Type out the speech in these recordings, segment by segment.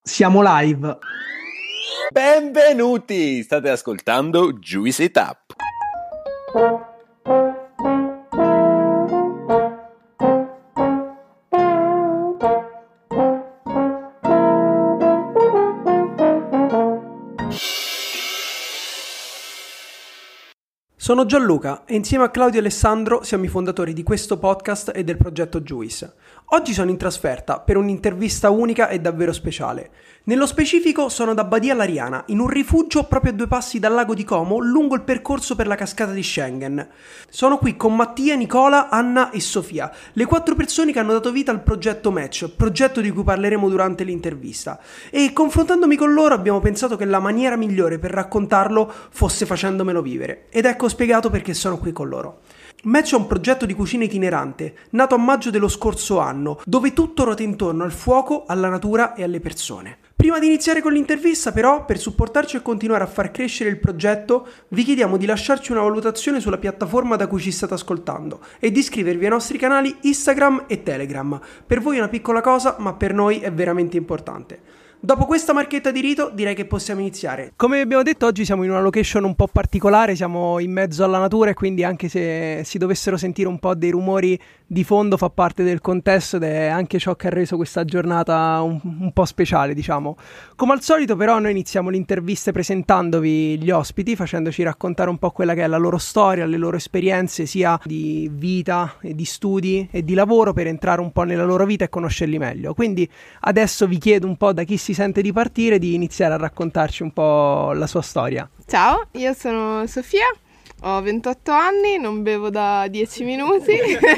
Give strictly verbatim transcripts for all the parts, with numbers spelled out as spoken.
Siamo live. Benvenuti! State ascoltando Juice It Up. Sono Gianluca e insieme a Claudio e Alessandro siamo i fondatori di questo podcast e del progetto Juice. Oggi sono in trasferta per un'intervista unica e davvero speciale. Nello specifico sono da Badia Lariana, in un rifugio proprio a due passi dal lago di Como, lungo il percorso per la cascata di Schengen. Sono qui con Mattia, Nicola, Anna e Sofia, le quattro persone che hanno dato vita al progetto Match, progetto di cui parleremo durante l'intervista. E confrontandomi con loro abbiamo pensato che la maniera migliore per raccontarlo fosse facendomelo vivere. Ed ecco spiegato perché sono qui con loro. Match è un progetto di cucina itinerante, nato a maggio dello scorso anno, dove tutto ruota intorno al fuoco, alla natura e alle persone. Prima di iniziare con l'intervista, però, per supportarci e continuare a far crescere il progetto, vi chiediamo di lasciarci una valutazione sulla piattaforma da cui ci state ascoltando e di iscrivervi ai nostri canali Instagram e Telegram. Per voi è una piccola cosa, ma per noi è veramente importante. Dopo questa marchetta di rito direi che possiamo iniziare. Come abbiamo detto, oggi siamo in una location un po' particolare, siamo in mezzo alla natura e quindi anche se si dovessero sentire un po' dei rumori di fondo fa parte del contesto ed è anche ciò che ha reso questa giornata un, un po' speciale, diciamo. Come al solito però noi iniziamo le interviste presentandovi gli ospiti, facendoci raccontare un po' quella che è la loro storia, le loro esperienze sia di vita, e di studi e di lavoro, per entrare un po' nella loro vita e conoscerli meglio. Quindi adesso vi chiedo un po' da chi si sente di partire di iniziare a raccontarci un po' la sua storia. Ciao, io sono Sofia, ho ventotto anni, non bevo da dieci minuti.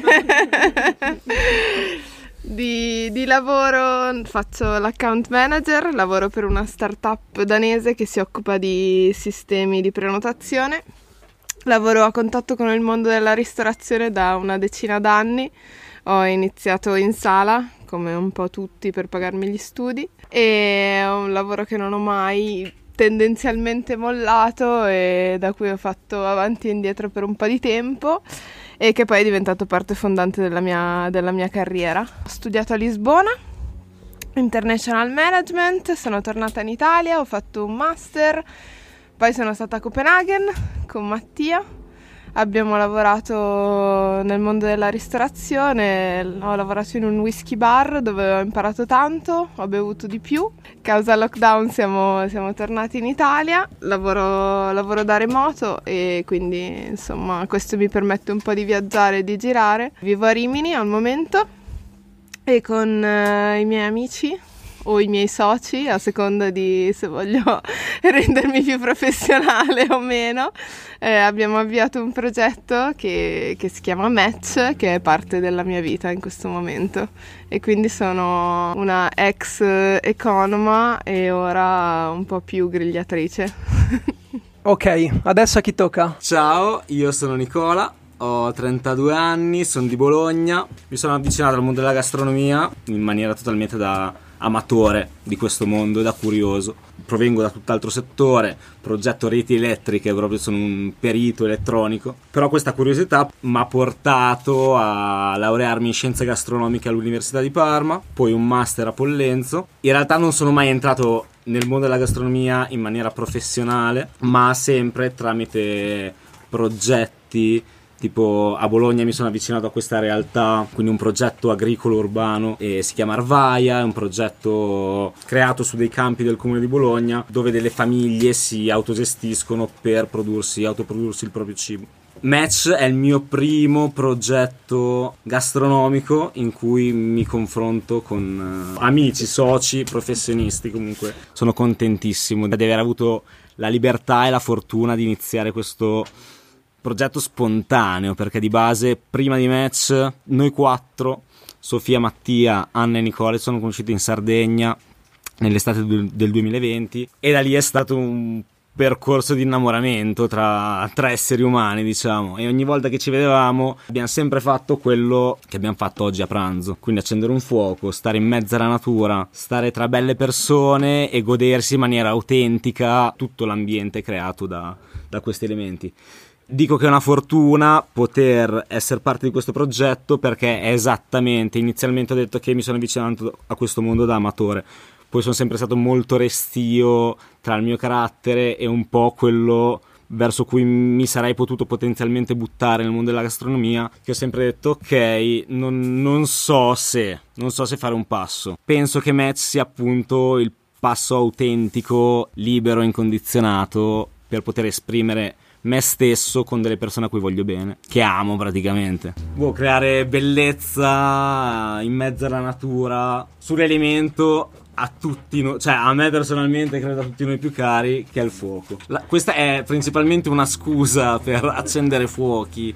di, di lavoro faccio l'account manager, lavoro per una startup danese che si occupa di sistemi di prenotazione. Lavoro a contatto con il mondo della ristorazione da una decina d'anni. Ho iniziato in sala, come un po' tutti, per pagarmi gli studi, e è un lavoro che non ho mai tendenzialmente mollato e da cui ho fatto avanti e indietro per un po' di tempo e che poi è diventato parte fondante della mia, della mia carriera. Ho studiato a Lisbona, International Management, sono tornata in Italia, ho fatto un master, poi sono stata a Copenaghen con Mattia. Abbiamo lavorato nel mondo della ristorazione, ho lavorato in un whisky bar dove ho imparato tanto, ho bevuto di più. Causa lockdown siamo, siamo tornati in Italia, lavoro, lavoro da remoto e quindi insomma questo mi permette un po' di viaggiare e di girare. Vivo a Rimini al momento e con eh, i miei amici o i miei soci, a seconda di se voglio rendermi più professionale o meno, eh, abbiamo avviato un progetto che, che si chiama Match, che è parte della mia vita in questo momento, e quindi sono una ex economa e ora un po' più grigliatrice. Ok, adesso a chi tocca? Ciao, io sono Nicola, ho trentadue anni, sono di Bologna, mi sono avvicinato al mondo della gastronomia in maniera totalmente da amatore di questo mondo e da curioso. Provengo da tutt'altro settore, progetto reti elettriche, proprio sono un perito elettronico, però questa curiosità mi ha portato a laurearmi in scienze gastronomiche all'Università di Parma, poi un master a Pollenzo. In realtà non sono mai entrato nel mondo della gastronomia in maniera professionale, ma sempre tramite progetti. Tipo a Bologna mi sono avvicinato a questa realtà, quindi un progetto agricolo urbano, e si chiama Arvaia, è un progetto creato su dei campi del comune di Bologna dove delle famiglie si autogestiscono per prodursi, autoprodursi il proprio cibo. Match è il mio primo progetto gastronomico in cui mi confronto con amici, soci, professionisti. Comunque sono contentissimo di aver avuto la libertà e la fortuna di iniziare questo progetto spontaneo, perché di base prima di Match noi quattro, Sofia, Mattia, Anna e Nicola, sono conosciuti in Sardegna nell'estate del duemilaventi e da lì è stato un percorso di innamoramento tra, tra esseri umani, diciamo, e ogni volta che ci vedevamo abbiamo sempre fatto quello che abbiamo fatto oggi a pranzo, quindi accendere un fuoco, stare in mezzo alla natura, stare tra belle persone e godersi in maniera autentica tutto l'ambiente creato da, da questi elementi. Dico che è una fortuna poter essere parte di questo progetto, perché è esattamente, inizialmente ho detto che mi sono avvicinato a questo mondo da amatore, Poi sono sempre stato molto restio tra il mio carattere e un po' quello verso cui mi sarei potuto potenzialmente buttare nel mondo della gastronomia, che ho sempre detto ok, non, non so se non so se fare un passo. Penso che Match sia appunto il passo autentico, libero, incondizionato per poter esprimere me stesso con delle persone a cui voglio bene, che amo praticamente. Vuoi creare bellezza in mezzo alla natura, sull'elemento a tutti noi, cioè a me personalmente credo a tutti noi più cari, che è il fuoco. La, questa è principalmente una scusa per accendere fuochi.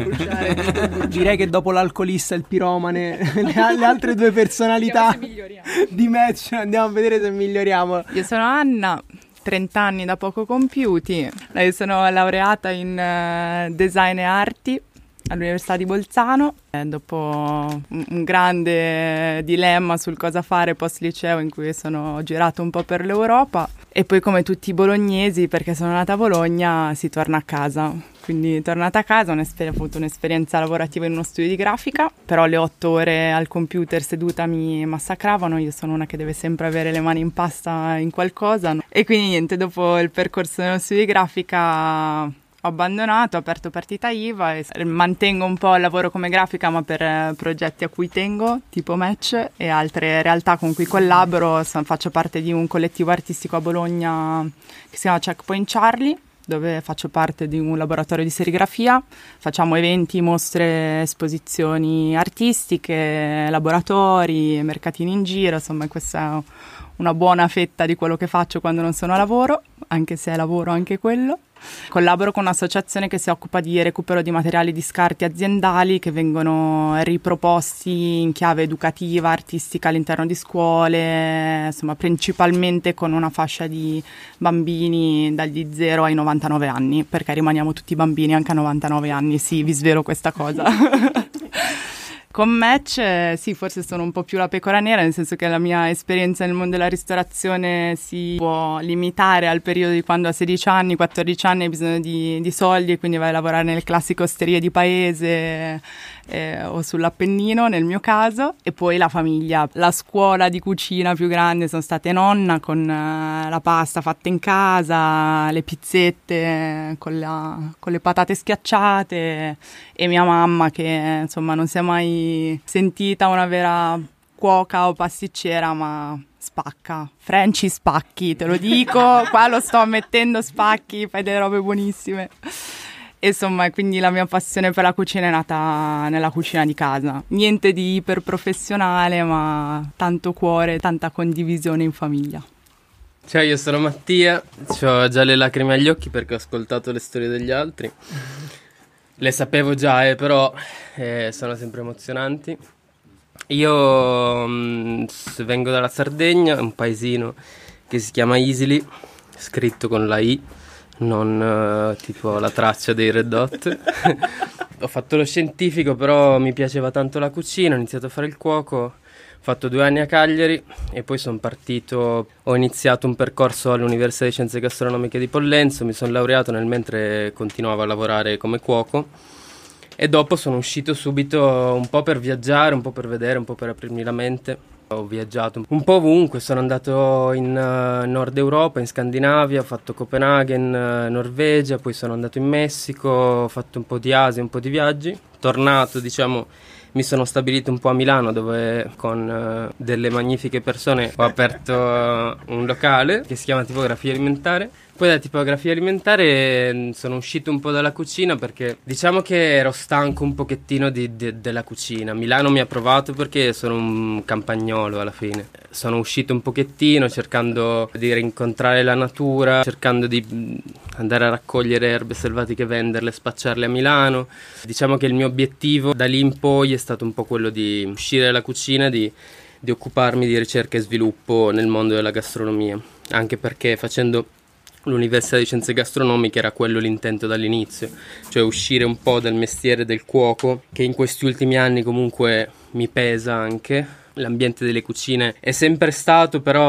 Direi che dopo l'alcolista e il piromane, le, le altre due personalità di Match, andiamo a vedere se miglioriamo. Io sono Anna, trenta anni da poco compiuti. Io sono laureata in uh, design e arti all'Università di Bolzano. Eh, dopo un, un grande dilemma sul cosa fare post liceo, in cui sono girato un po' per l'Europa, e poi come tutti i bolognesi, perché sono nata a Bologna, si torna a casa. Quindi tornata a casa, ho avuto un'esperienza lavorativa in uno studio di grafica, però le otto ore al computer seduta mi massacravano. Io sono una che deve sempre avere le mani in pasta in qualcosa, e quindi niente, dopo il percorso nello studio di grafica ho abbandonato, ho aperto partita I V A e mantengo un po' il lavoro come grafica, ma per progetti a cui tengo, tipo Match e altre realtà con cui collaboro. Faccio parte di un collettivo artistico a Bologna che si chiama Checkpoint Charlie, dove faccio parte di un laboratorio di serigrafia. Facciamo eventi, mostre, esposizioni artistiche, laboratori, mercatini in giro. Insomma, questa è una buona fetta di quello che faccio quando non sono a lavoro, anche se è lavoro anche quello. Collaboro con un'associazione che si occupa di recupero di materiali di scarti aziendali che vengono riproposti in chiave educativa, artistica all'interno di scuole, insomma principalmente con una fascia di bambini dagli zero ai novantanove anni, perché rimaniamo tutti bambini anche a novantanove anni, sì, vi svelo questa cosa. Con Match, eh, sì, forse sono un po' più la pecora nera, nel senso che la mia esperienza nel mondo della ristorazione si può limitare al periodo di quando a sedici anni, quattordici anni hai bisogno di, di soldi, e quindi vai a lavorare nelle classiche osterie di paese eh, o sull'Appennino, nel mio caso. E poi la famiglia, la scuola di cucina più grande sono state nonna, con uh, la pasta fatta in casa, le pizzette con, la, con le patate schiacciate, e mia mamma che insomma non si è mai sentita una vera cuoca o pasticcera, ma spacca. Franci spacchi, te lo dico, qua lo sto mettendo, spacchi, fai delle robe buonissime. E insomma, quindi la mia passione per la cucina è nata nella cucina di casa. Niente di iper professionale, ma tanto cuore, tanta condivisione in famiglia. Ciao, io sono Mattia, ho già le lacrime agli occhi perché ho ascoltato le storie degli altri. Le sapevo già, eh, però eh, sono sempre emozionanti. Io mh, vengo dalla Sardegna, un paesino che si chiama Isili, scritto con la I, non uh, tipo la traccia dei Red Hot. Ho fatto lo scientifico, però mi piaceva tanto la cucina, ho iniziato a fare il cuoco. Ho fatto due anni a Cagliari e poi sono partito, ho iniziato un percorso all'Università di Scienze Gastronomiche di Pollenzo, mi sono laureato nel mentre continuavo a lavorare come cuoco, e dopo sono uscito subito un po' per viaggiare, un po' per vedere, un po' per aprirmi la mente. Ho viaggiato un po' ovunque, sono andato in uh, Nord Europa, in Scandinavia, ho fatto Copenaghen, uh, Norvegia, poi sono andato in Messico, ho fatto un po' di Asia, un po' di viaggi. Tornato, diciamo, mi sono stabilito un po' a Milano, dove con uh, delle magnifiche persone ho aperto uh, un locale che si chiama Tipografia Alimentare. Poi da Tipografia Alimentare sono uscito un po' dalla cucina, perché diciamo che ero stanco un pochettino di, di, della cucina. Milano mi ha provato perché sono un campagnolo alla fine. Sono uscito un pochettino cercando di rincontrare la natura, cercando di andare a raccogliere erbe selvatiche e venderle, spacciarle a Milano. Diciamo che il mio obiettivo da lì in poi è stato un po' quello di uscire dalla cucina, di, di occuparmi di ricerca e sviluppo nel mondo della gastronomia, anche perché facendo l'Università di Scienze Gastronomiche era quello l'intento dall'inizio, cioè uscire un po' dal mestiere del cuoco, che in questi ultimi anni comunque mi pesa anche. L'ambiente delle cucine è sempre stato, però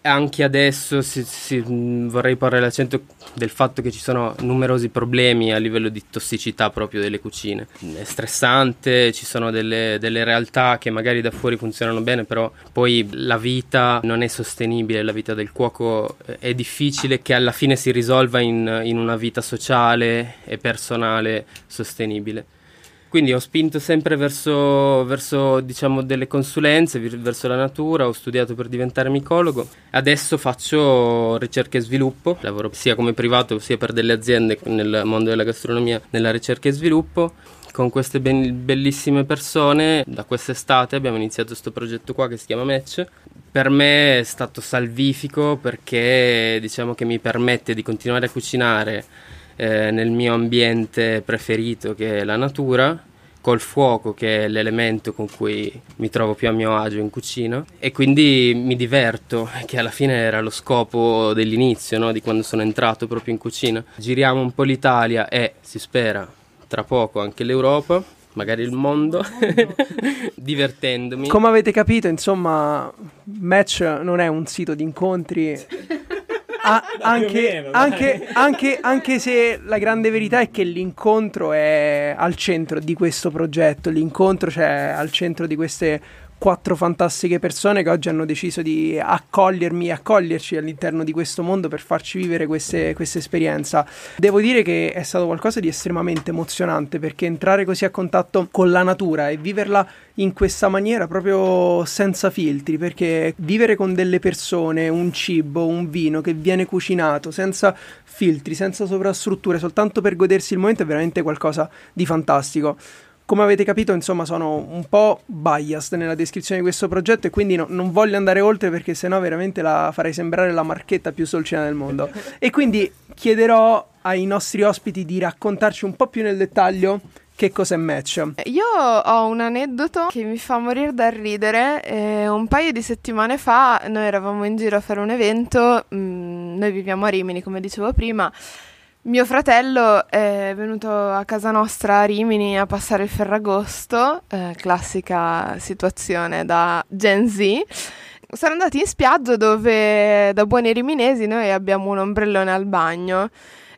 anche adesso si, si, vorrei porre l'accento del fatto che ci sono numerosi problemi a livello di tossicità proprio delle cucine. È stressante, ci sono delle, delle realtà che magari da fuori funzionano bene, però poi la vita non è sostenibile, la vita del cuoco è difficile che alla fine si risolva in, in una vita sociale e personale sostenibile. Quindi ho spinto sempre verso, verso diciamo delle consulenze, verso la natura, ho studiato per diventare micologo, adesso faccio ricerca e sviluppo, lavoro sia come privato sia per delle aziende nel mondo della gastronomia nella ricerca e sviluppo, con queste ben, bellissime persone. Da quest'estate abbiamo iniziato questo progetto qua che si chiama Match. Per me è stato salvifico perché diciamo che mi permette di continuare a cucinare Eh, nel mio ambiente preferito, che è la natura, col fuoco, che è l'elemento con cui mi trovo più a mio agio in cucina, e quindi mi diverto, che alla fine era lo scopo dell'inizio, no? Di quando sono entrato proprio in cucina. Giriamo un po' l'Italia e si spera tra poco anche l'Europa, magari il mondo, divertendomi. Come avete capito, insomma, Match non è un sito di incontri. Ah, anche, meno, anche, anche, anche se la grande verità è che l'incontro è al centro di questo progetto, l'incontro c'è al centro di queste quattro fantastiche persone che oggi hanno deciso di accogliermi e accoglierci all'interno di questo mondo per farci vivere queste, questa esperienza. Devo dire che è stato qualcosa di estremamente emozionante, perché entrare così a contatto con la natura e viverla in questa maniera proprio senza filtri, perché vivere con delle persone, un cibo, un vino che viene cucinato senza filtri, senza sovrastrutture, soltanto per godersi il momento, è veramente qualcosa di fantastico. Come avete capito, insomma, sono un po' biased nella descrizione di questo progetto e quindi no, non voglio andare oltre, perché sennò veramente la farei sembrare la marchetta più solcina del mondo. E quindi chiederò ai nostri ospiti di raccontarci un po' più nel dettaglio che cos'è Match. Io ho un aneddoto che mi fa morire dal ridere. Eh, un paio di settimane fa noi eravamo in giro a fare un evento, mh, noi viviamo a Rimini, come dicevo prima. Mio fratello è venuto a casa nostra a Rimini a passare il Ferragosto, eh, classica situazione da Gen Z. Sono andati in spiaggia dove, da buoni riminesi, noi abbiamo un ombrellone al bagno.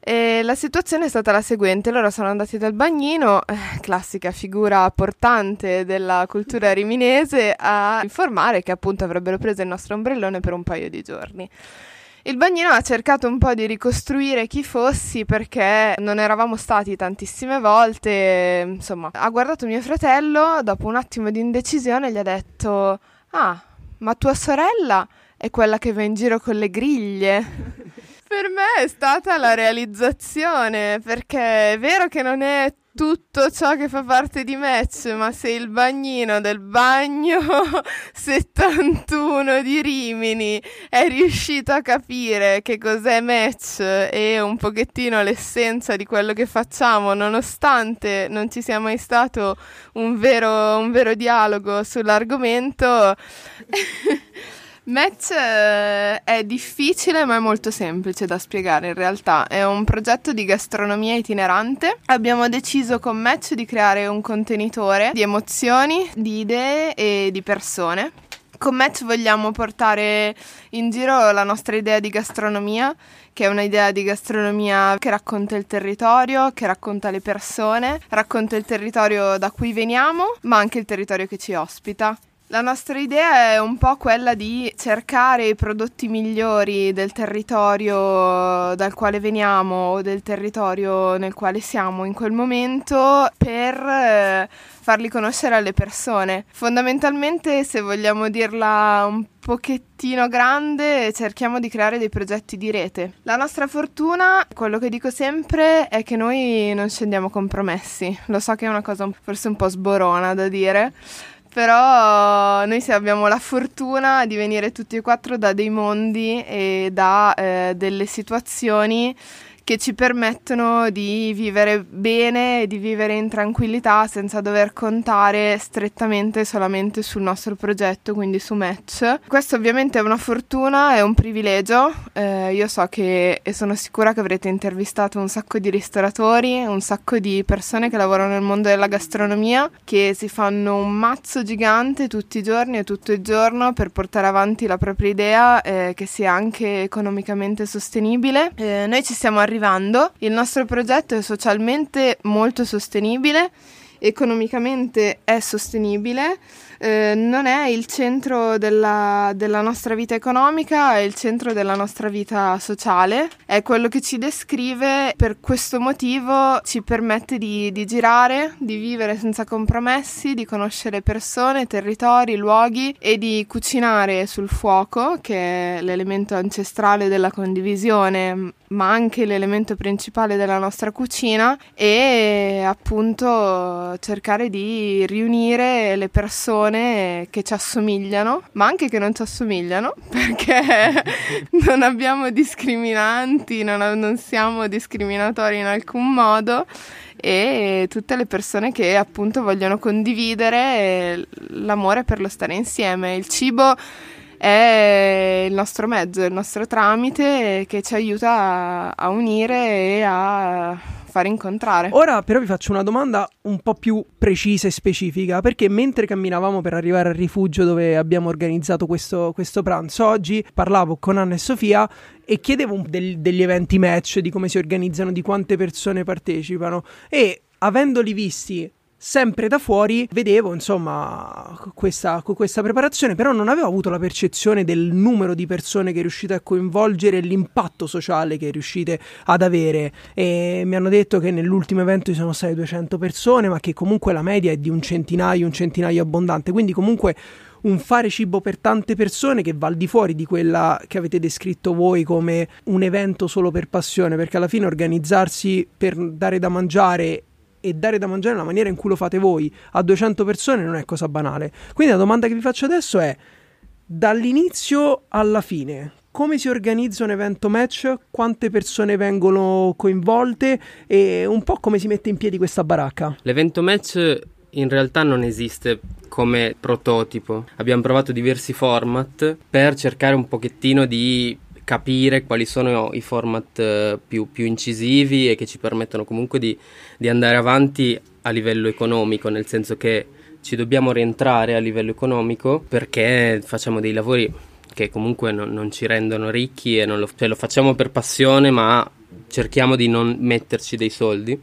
E la situazione è stata la seguente: loro sono andati dal bagnino, eh, classica figura portante della cultura riminese, a informare che appunto avrebbero preso il nostro ombrellone per un paio di giorni. Il bagnino ha cercato un po' di ricostruire chi fossi, perché non eravamo stati tantissime volte. Insomma, ha guardato mio fratello, dopo un attimo di indecisione gli ha detto: ah, ma tua sorella è quella che va in giro con le griglie? Per me è stata la realizzazione, perché è vero che non è tutto ciò che fa parte di Match, ma se il bagnino del bagno settantuno di Rimini è riuscito a capire che cos'è Match e un pochettino l'essenza di quello che facciamo, nonostante non ci sia mai stato un vero, un vero dialogo sull'argomento. Match è difficile ma è molto semplice da spiegare in realtà. È un progetto di gastronomia itinerante. Abbiamo deciso con Match di creare un contenitore di emozioni, di idee e di persone. Con Match vogliamo portare in giro la nostra idea di gastronomia, che è un'idea di gastronomia che racconta il territorio, che racconta le persone, racconta il territorio da cui veniamo, ma anche il territorio che ci ospita. La nostra idea è un po' quella di cercare i prodotti migliori del territorio dal quale veniamo o del territorio nel quale siamo in quel momento, per eh, farli conoscere alle persone. Fondamentalmente, se vogliamo dirla un pochettino grande, cerchiamo di creare dei progetti di rete. La nostra fortuna, quello che dico sempre, è che noi non scendiamo compromessi. Lo so che è una cosa forse un po' sborona da dire, però noi se abbiamo la fortuna di venire tutti e quattro da dei mondi e da eh, delle situazioni che ci permettono di vivere bene e di vivere in tranquillità senza dover contare strettamente solamente sul nostro progetto, quindi su Match. Questo ovviamente è una fortuna, è un privilegio. Eh, io so che e sono sicura che avrete intervistato un sacco di ristoratori, un sacco di persone che lavorano nel mondo della gastronomia, che si fanno un mazzo gigante tutti i giorni e tutto il giorno per portare avanti la propria idea, eh, che sia anche economicamente sostenibile. Eh, noi ci stiamo arrivando, il nostro progetto è socialmente molto sostenibile, economicamente è sostenibile, eh, non è il centro della, della nostra vita economica, è il centro della nostra vita sociale, è quello che ci descrive. Per questo motivo ci permette di, di girare, di vivere senza compromessi, di conoscere persone, territori, luoghi e di cucinare sul fuoco, che è l'elemento ancestrale della condivisione, ma anche l'elemento principale della nostra cucina, e appunto cercare di riunire le persone che ci assomigliano, ma anche che non ci assomigliano, perché non abbiamo discriminanti, non, non siamo discriminatori in alcun modo, e tutte le persone che appunto vogliono condividere l'amore per lo stare insieme. Il cibo è il nostro mezzo, il nostro tramite che ci aiuta a, a unire e a far incontrare. Ora però vi faccio una domanda un po' più precisa e specifica, perché mentre camminavamo per arrivare al rifugio dove abbiamo organizzato questo, questo pranzo oggi, parlavo con Anna e Sofia e chiedevo del, degli eventi Match, di come si organizzano, di quante persone partecipano, e avendoli visti sempre da fuori vedevo insomma questa, questa preparazione, però non avevo avuto la percezione del numero di persone che riuscite a coinvolgere e l'impatto sociale che riuscite ad avere. E mi hanno detto che nell'ultimo evento ci sono state duecento persone, ma che comunque la media è di un centinaio, un centinaio abbondante, quindi comunque un fare cibo per tante persone che va al di fuori di quella che avete descritto voi come un evento solo per passione, perché alla fine organizzarsi per dare da mangiare e dare da mangiare nella maniera in cui lo fate voi a duecento persone non è cosa banale. Quindi la domanda che vi faccio adesso è: dall'inizio alla fine, come si organizza un evento Match? Quante persone vengono coinvolte? E un po' come si mette in piedi questa baracca? L'evento Match in realtà non esiste come prototipo. Abbiamo provato diversi format per cercare un pochettino di capire quali sono i format più, più incisivi e che ci permettono comunque di, di andare avanti a livello economico, nel senso che ci dobbiamo rientrare a livello economico perché facciamo dei lavori che comunque non, non ci rendono ricchi e non lo, cioè lo facciamo per passione, ma cerchiamo di non metterci dei soldi,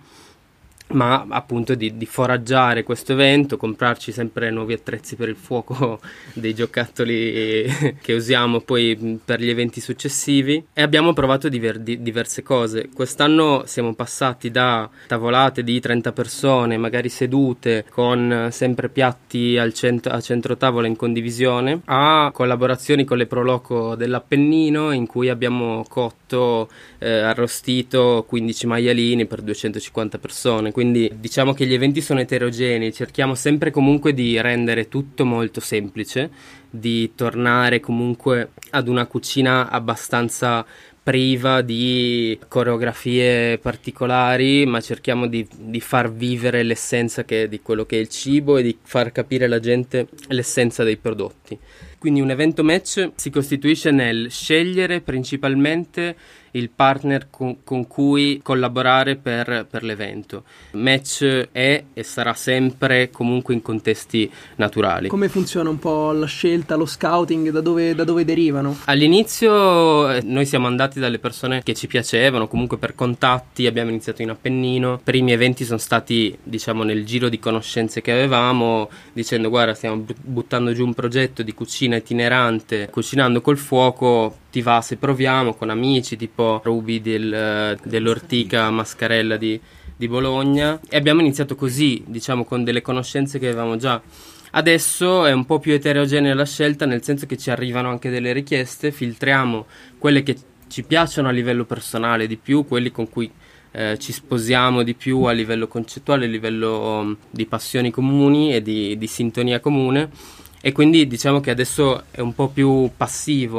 ma appunto di, di foraggiare questo evento, comprarci sempre nuovi attrezzi per il fuoco, dei giocattoli che usiamo poi per gli eventi successivi, e abbiamo provato diver, di, diverse cose. Quest'anno siamo passati da tavolate di trenta persone magari sedute con sempre piatti al centro, a centro tavola in condivisione, a collaborazioni con le Proloco dell'Appennino in cui abbiamo cotto, eh, arrostito quindici maialini per duecentocinquanta persone. Quindi diciamo che gli eventi sono eterogenei, cerchiamo sempre comunque di rendere tutto molto semplice, di tornare comunque ad una cucina abbastanza priva di coreografie particolari, ma cerchiamo di, di far vivere l'essenza che, di quello che è il cibo e di far capire alla gente l'essenza dei prodotti. Quindi un evento Match si costituisce nel scegliere principalmente il partner con, con cui collaborare per, per l'evento. Match è e sarà sempre comunque in contesti naturali. Come funziona un po' la scelta, lo scouting, da dove, da dove derivano? All'inizio eh, noi siamo andati dalle persone che ci piacevano, comunque per contatti, abbiamo iniziato in Appennino. I primi eventi sono stati, diciamo, nel giro di conoscenze che avevamo, dicendo guarda, stiamo buttando giù un progetto di cucina itinerante, cucinando col fuoco, ti va se proviamo, con amici tipo Ruby del, dell'Ortica Mascarella di, di Bologna, e abbiamo iniziato così, diciamo, con delle conoscenze che avevamo già. Adesso è un po' più eterogenea la scelta, nel senso che ci arrivano anche delle richieste, filtriamo quelle che ci piacciono a livello personale di più, quelli con cui eh, ci sposiamo di più a livello concettuale, a livello um, di passioni comuni e di, di sintonia comune, e quindi diciamo che adesso è un po' più passivo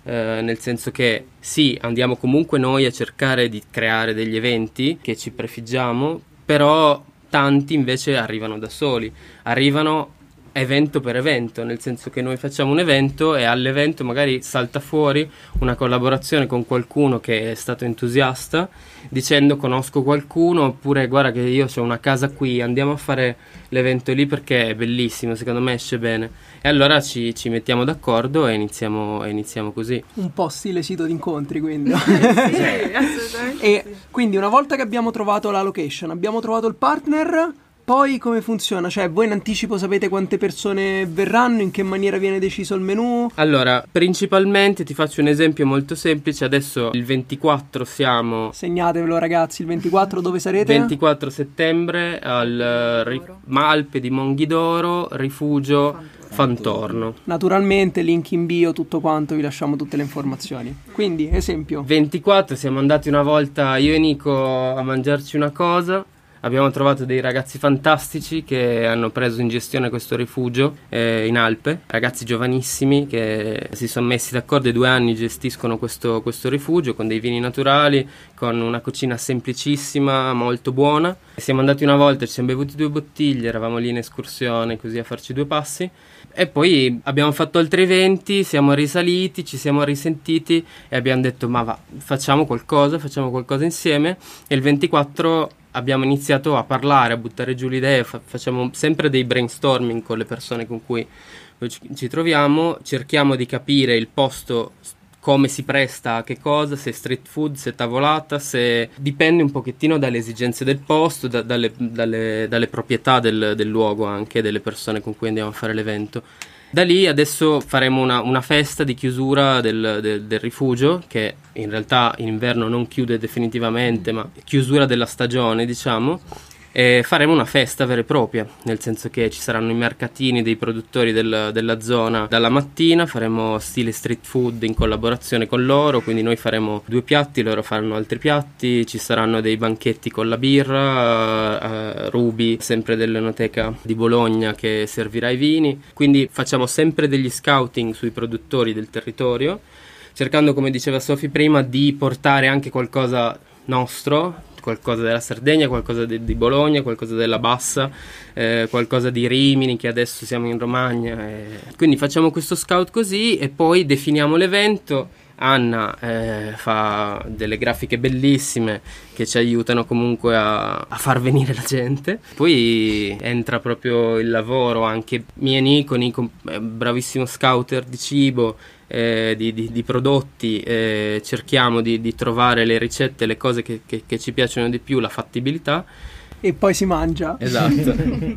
eh, nel senso che sì, andiamo comunque noi a cercare di creare degli eventi che ci prefiggiamo, però tanti invece arrivano da soli, arrivano evento per evento, nel senso che noi facciamo un evento e all'evento magari salta fuori una collaborazione con qualcuno che è stato entusiasta dicendo conosco qualcuno, oppure guarda che io ho una casa qui, andiamo a fare l'evento lì perché è bellissimo, secondo me esce bene, e allora ci, ci mettiamo d'accordo e iniziamo, e iniziamo così. Un po' stile sito d'incontri, quindi. Sì, assolutamente. E quindi una volta che abbiamo trovato la location, abbiamo trovato il partner, poi come funziona? Cioè, voi in anticipo sapete quante persone verranno, in che maniera viene deciso il menù? Allora, principalmente ti faccio un esempio molto semplice. Adesso il ventiquattro siamo... Segnatevelo ragazzi, il ventiquattro dove sarete? ventiquattro settembre al eh, ri- Alpe di Monghidoro, rifugio Fantorno. Naturalmente, link in bio, tutto quanto, vi lasciamo tutte le informazioni. Quindi, esempio. ventiquattro siamo andati una volta, io e Nico, a mangiarci una cosa. Abbiamo trovato dei ragazzi fantastici che hanno preso in gestione questo rifugio eh, in Alpe, ragazzi giovanissimi che si sono messi d'accordo e due anni gestiscono questo, questo rifugio con dei vini naturali, con una cucina semplicissima, molto buona. Siamo andati una volta, ci siamo bevuti due bottiglie, eravamo lì in escursione così a farci due passi e poi abbiamo fatto altri eventi, siamo risaliti, ci siamo risentiti e abbiamo detto ma va, facciamo qualcosa, facciamo qualcosa insieme, e il ventiquattro abbiamo iniziato a parlare, a buttare giù le idee, fa- facciamo sempre dei brainstorming con le persone con cui ci, ci troviamo, cerchiamo di capire il posto, come si presta a che cosa, se street food, se tavolata, se dipende un pochettino dalle esigenze del posto, da, dalle, dalle, dalle proprietà del, del luogo, anche delle persone con cui andiamo a fare l'evento. Da lì adesso faremo una, una festa di chiusura del, del, del rifugio, che in realtà in inverno non chiude definitivamente, ma chiusura della stagione, diciamo, e faremo una festa vera e propria, nel senso che ci saranno i mercatini dei produttori del, della zona dalla mattina, faremo stile street food in collaborazione con loro, quindi noi faremo due piatti, loro faranno altri piatti, ci saranno dei banchetti con la birra, uh, Ruby, sempre dell'Enoteca di Bologna, che servirà i vini, quindi facciamo sempre degli scouting sui produttori del territorio, cercando, come diceva Sofi prima, di portare anche qualcosa nostro, qualcosa della Sardegna, qualcosa di, di Bologna, qualcosa della Bassa, eh, qualcosa di Rimini, che adesso siamo in Romagna. Eh. Quindi facciamo questo scout così e poi definiamo l'evento. Anna eh, fa delle grafiche bellissime che ci aiutano comunque a, a far venire la gente. Poi entra proprio il lavoro, anche mio e Nico, Nico è un bravissimo scouter di cibo, eh, di, di, di prodotti, eh, cerchiamo di, di trovare le ricette, le cose che, che, che ci piacciono di più, la fattibilità. E poi si mangia. Esatto.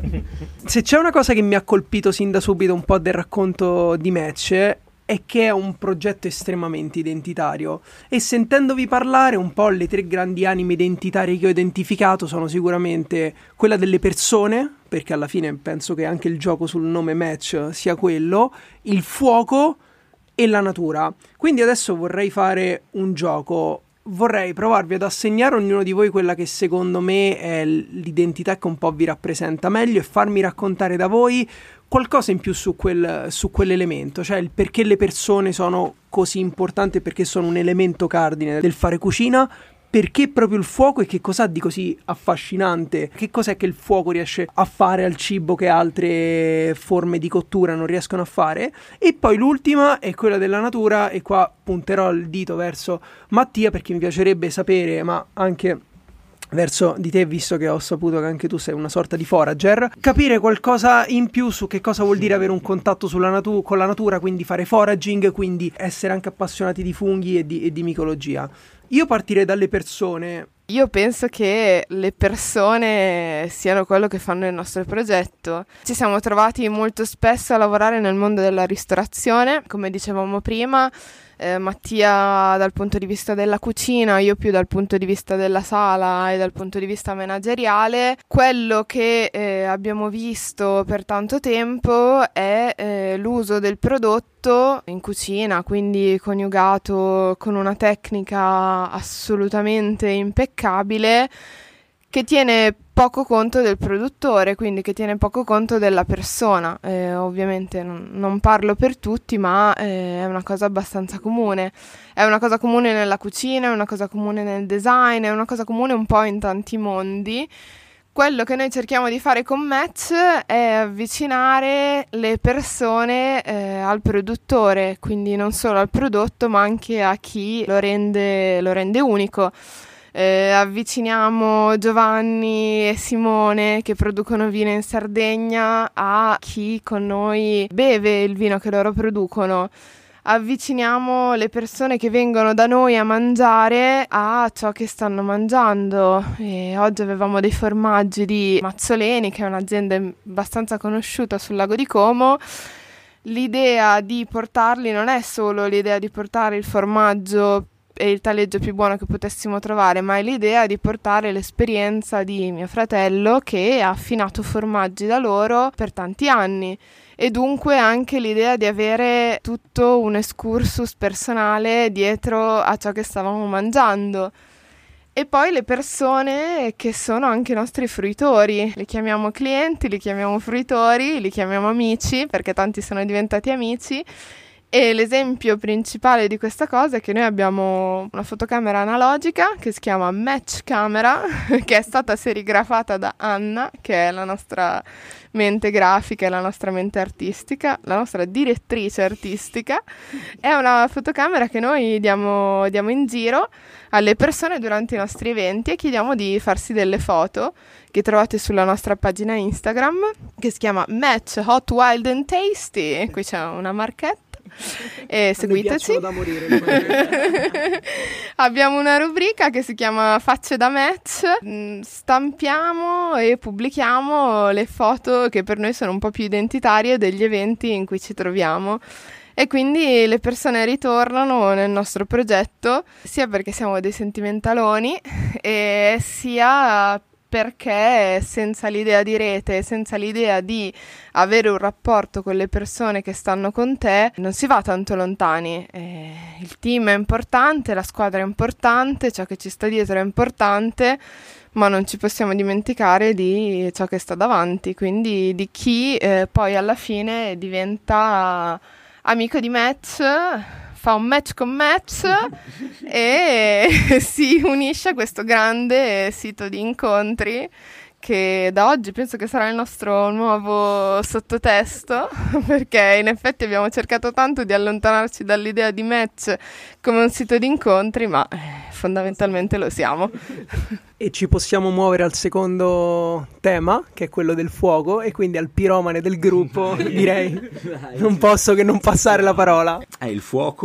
Se c'è una cosa che mi ha colpito sin da subito un po' del racconto di Match, è che è un progetto estremamente identitario, e sentendovi parlare un po' le tre grandi anime identitarie che ho identificato sono sicuramente quella delle persone, perché alla fine penso che anche il gioco sul nome Match sia quello, il fuoco e la natura. Quindi adesso vorrei fare un gioco, vorrei provarvi ad assegnare ognuno di voi quella che secondo me è l'identità che un po' vi rappresenta meglio e farmi raccontare da voi qualcosa in più su, quel, su quell'elemento, cioè il perché le persone sono così importanti e perché sono un elemento cardine del fare cucina, perché proprio il fuoco e che cos'ha di così affascinante, che cos'è che il fuoco riesce a fare al cibo che altre forme di cottura non riescono a fare. E poi l'ultima è quella della natura, e qua punterò il dito verso Mattia perché mi piacerebbe sapere, ma anche verso di te, visto che ho saputo che anche tu sei una sorta di forager, capire qualcosa in più su che cosa vuol dire avere un contatto sulla natu- con la natura, quindi fare foraging, quindi essere anche appassionati di funghi e di, e di micologia. Io partirei dalle persone. Io penso che le persone siano quello che fanno il nostro progetto. Ci siamo trovati molto spesso a lavorare nel mondo della ristorazione, come dicevamo prima, eh, Mattia dal punto di vista della cucina, io più dal punto di vista della sala e dal punto di vista manageriale. Quello che eh, abbiamo visto per tanto tempo è eh, l'uso del prodotto in cucina, quindi coniugato con una tecnica assolutamente impeccabile che tiene poco conto del produttore, quindi che tiene poco conto della persona. Eh, ovviamente non, non parlo per tutti, ma eh, è una cosa abbastanza comune. È una cosa comune nella cucina, è una cosa comune nel design, è una cosa comune un po' in tanti mondi. Quello che noi cerchiamo di fare con Match è avvicinare le persone eh, al produttore, quindi non solo al prodotto, ma anche a chi lo rende, lo rende unico. Eh, avviciniamo Giovanni e Simone che producono vino in Sardegna a chi con noi beve il vino che loro producono. Avviciniamo le persone che vengono da noi a mangiare a ciò che stanno mangiando. E oggi avevamo dei formaggi di Mazzoleni, che è un'azienda abbastanza conosciuta sul lago di Como. L'idea di portarli non è solo l'idea di portare il formaggio e il taleggio più buono che potessimo trovare, ma è l'idea di portare l'esperienza di mio fratello che ha affinato formaggi da loro per tanti anni. E dunque anche l'idea di avere tutto un excursus personale dietro a ciò che stavamo mangiando. E poi le persone che sono anche i nostri fruitori, li chiamiamo clienti, li chiamiamo fruitori, li chiamiamo amici, perché tanti sono diventati amici. E l'esempio principale di questa cosa è che noi abbiamo una fotocamera analogica che si chiama Match Camera, che è stata serigrafata da Anna, che è la nostra mente grafica e la nostra mente artistica, la nostra direttrice artistica. È una fotocamera che noi diamo, diamo in giro alle persone durante i nostri eventi e chiediamo di farsi delle foto che trovate sulla nostra pagina Instagram, che si chiama Match Hot, Wild and Tasty. Qui c'è una marchetta. E seguiteci. Da morire, abbiamo una rubrica che si chiama Facce da Match. Stampiamo e pubblichiamo le foto che per noi sono un po' più identitarie degli eventi in cui ci troviamo. E quindi le persone ritornano nel nostro progetto sia perché siamo dei sentimentaloni e sia perché senza l'idea di rete, senza l'idea di avere un rapporto con le persone che stanno con te, non si va tanto lontani. Eh, il team è importante, la squadra è importante, ciò che ci sta dietro è importante, ma non ci possiamo dimenticare di ciò che sta davanti, quindi di chi eh, poi alla fine diventa amico di Match, fa un match con Match e si unisce a questo grande sito di incontri che da oggi penso che sarà il nostro nuovo sottotesto, perché in effetti abbiamo cercato tanto di allontanarci dall'idea di Match come un sito di incontri, ma fondamentalmente lo siamo. E ci possiamo muovere al secondo tema, che è quello del fuoco, e quindi al piromane del gruppo direi non posso che non passare la parola. Eh, il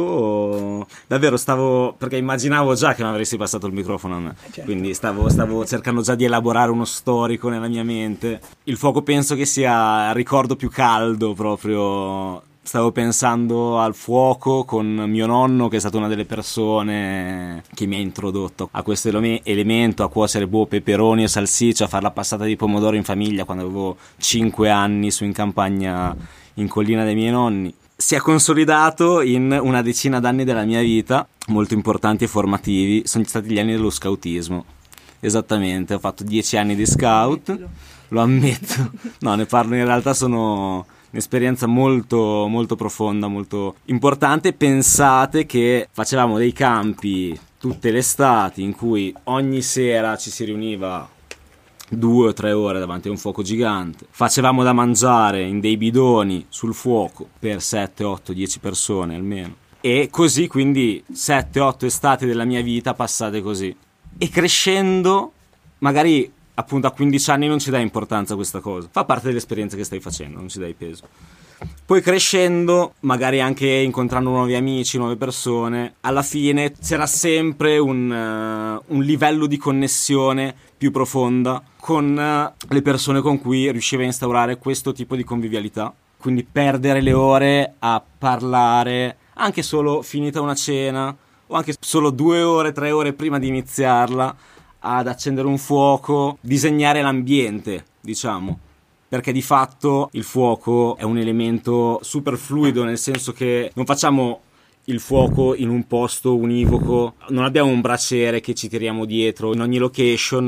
fuoco, davvero stavo, perché immaginavo già che mi avresti passato il microfono a me, certo. Quindi stavo, stavo cercando già di elaborare uno storico nella mia mente. Il fuoco penso che sia il ricordo più caldo proprio. Stavo pensando al fuoco con mio nonno, che è stata una delle persone che mi ha introdotto a questo elemento, a cuocere boh, peperoni e salsiccia, a fare la passata di pomodoro in famiglia quando avevo cinque anni su in campagna in collina dei miei nonni. Si è consolidato in una decina d'anni della mia vita, molto importanti e formativi. Sono stati gli anni dello scautismo. Esattamente, ho fatto dieci anni di scout, lo ammetto. No, ne parlo, in realtà sono un'esperienza molto molto profonda, molto importante. Pensate che facevamo dei campi tutte le estati in cui ogni sera ci si riuniva due o tre ore davanti a un fuoco gigante, facevamo da mangiare in dei bidoni sul fuoco per sette, otto, dieci persone almeno, e così quindi sette otto estati della mia vita passate così. E crescendo magari appunto a quindici anni non ci dai importanza a questa cosa, fa parte dell'esperienza che stai facendo, non ci dai peso. Poi crescendo, magari anche incontrando nuovi amici, nuove persone, alla fine c'era sempre un, uh, un livello di connessione più profonda con uh, le persone con cui riuscivi a instaurare questo tipo di convivialità. Quindi perdere le ore a parlare, anche solo finita una cena, o anche solo due ore, tre ore prima di iniziarla, ad accendere un fuoco, disegnare l'ambiente, diciamo, perché di fatto il fuoco è un elemento super fluido, nel senso che non facciamo il fuoco in un posto univoco, non abbiamo un braciere che ci tiriamo dietro in ogni location,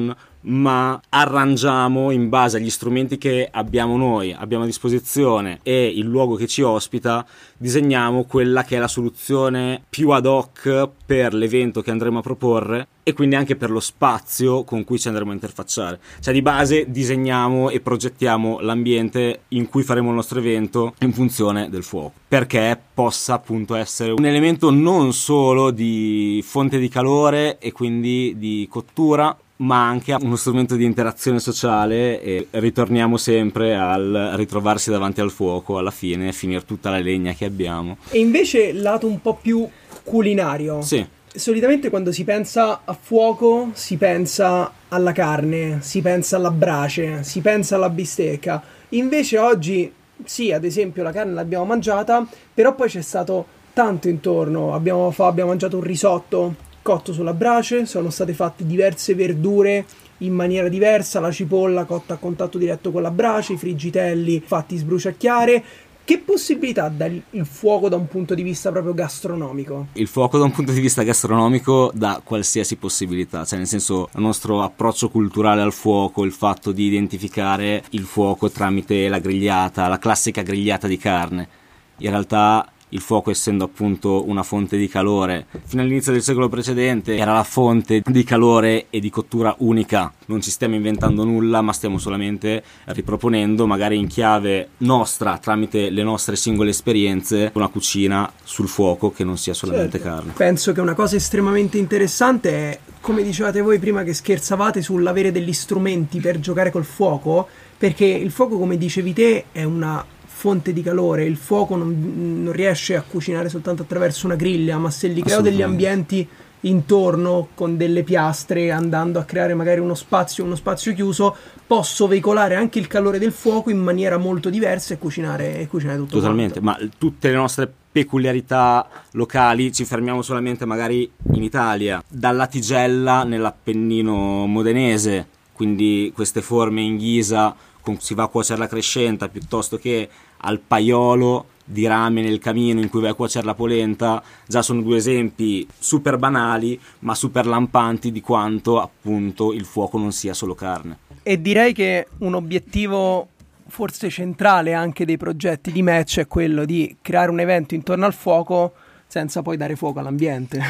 ma arrangiamo in base agli strumenti che abbiamo noi, abbiamo a disposizione e il luogo che ci ospita, disegniamo quella che è la soluzione più ad hoc per l'evento che andremo a proporre e quindi anche per lo spazio con cui ci andremo a interfacciare. Cioè di base disegniamo e progettiamo l'ambiente in cui faremo il nostro evento in funzione del fuoco, perché possa appunto essere un elemento non solo di fonte di calore e quindi di cottura, ma anche uno strumento di interazione sociale, e ritorniamo sempre al ritrovarsi davanti al fuoco alla fine, finire tutta la legna che abbiamo. E invece lato un po' più culinario. Sì. Solitamente quando si pensa a fuoco si pensa alla carne, si pensa alla brace, si pensa alla bistecca. Invece oggi sì, ad esempio la carne l'abbiamo mangiata, però poi c'è stato tanto intorno. Abbiamo, fa, abbiamo mangiato un risotto cotto sulla brace, sono state fatte diverse verdure in maniera diversa, la cipolla cotta a contatto diretto con la brace, i friggitelli fatti sbruciacchiare. Che possibilità dà il fuoco da un punto di vista proprio gastronomico? Il fuoco da un punto di vista gastronomico dà qualsiasi possibilità, cioè nel senso il nostro approccio culturale al fuoco, il fatto di identificare il fuoco tramite la grigliata, la classica grigliata di carne. In realtà il fuoco, essendo appunto una fonte di calore, fino all'inizio del secolo precedente era la fonte di calore e di cottura unica. Non ci stiamo inventando nulla, ma stiamo solamente riproponendo, magari in chiave nostra, tramite le nostre singole esperienze, una cucina sul fuoco che non sia solamente certo. carne. Penso che una cosa estremamente interessante è, come dicevate voi prima che scherzavate sull'avere degli strumenti per giocare col fuoco, perché il fuoco, come dicevi te, è una fonte di calore. Il fuoco non, non riesce a cucinare soltanto attraverso una griglia, ma se gli creo degli ambienti intorno con delle piastre, andando a creare magari uno spazio uno spazio chiuso, posso veicolare anche il calore del fuoco in maniera molto diversa e cucinare, e cucinare tutto totalmente quanto. Ma tutte le nostre peculiarità locali, ci fermiamo solamente magari in Italia, dalla tigella nell'Appennino modenese, quindi queste forme in ghisa con cui si va a cuocere la crescenta, piuttosto che al paiolo di rame nel camino in cui vai a cuocere la polenta. Già sono due esempi super banali ma super lampanti di quanto appunto il fuoco non sia solo carne. E direi che un obiettivo forse centrale anche dei progetti di match è quello di creare un evento intorno al fuoco senza poi dare fuoco all'ambiente.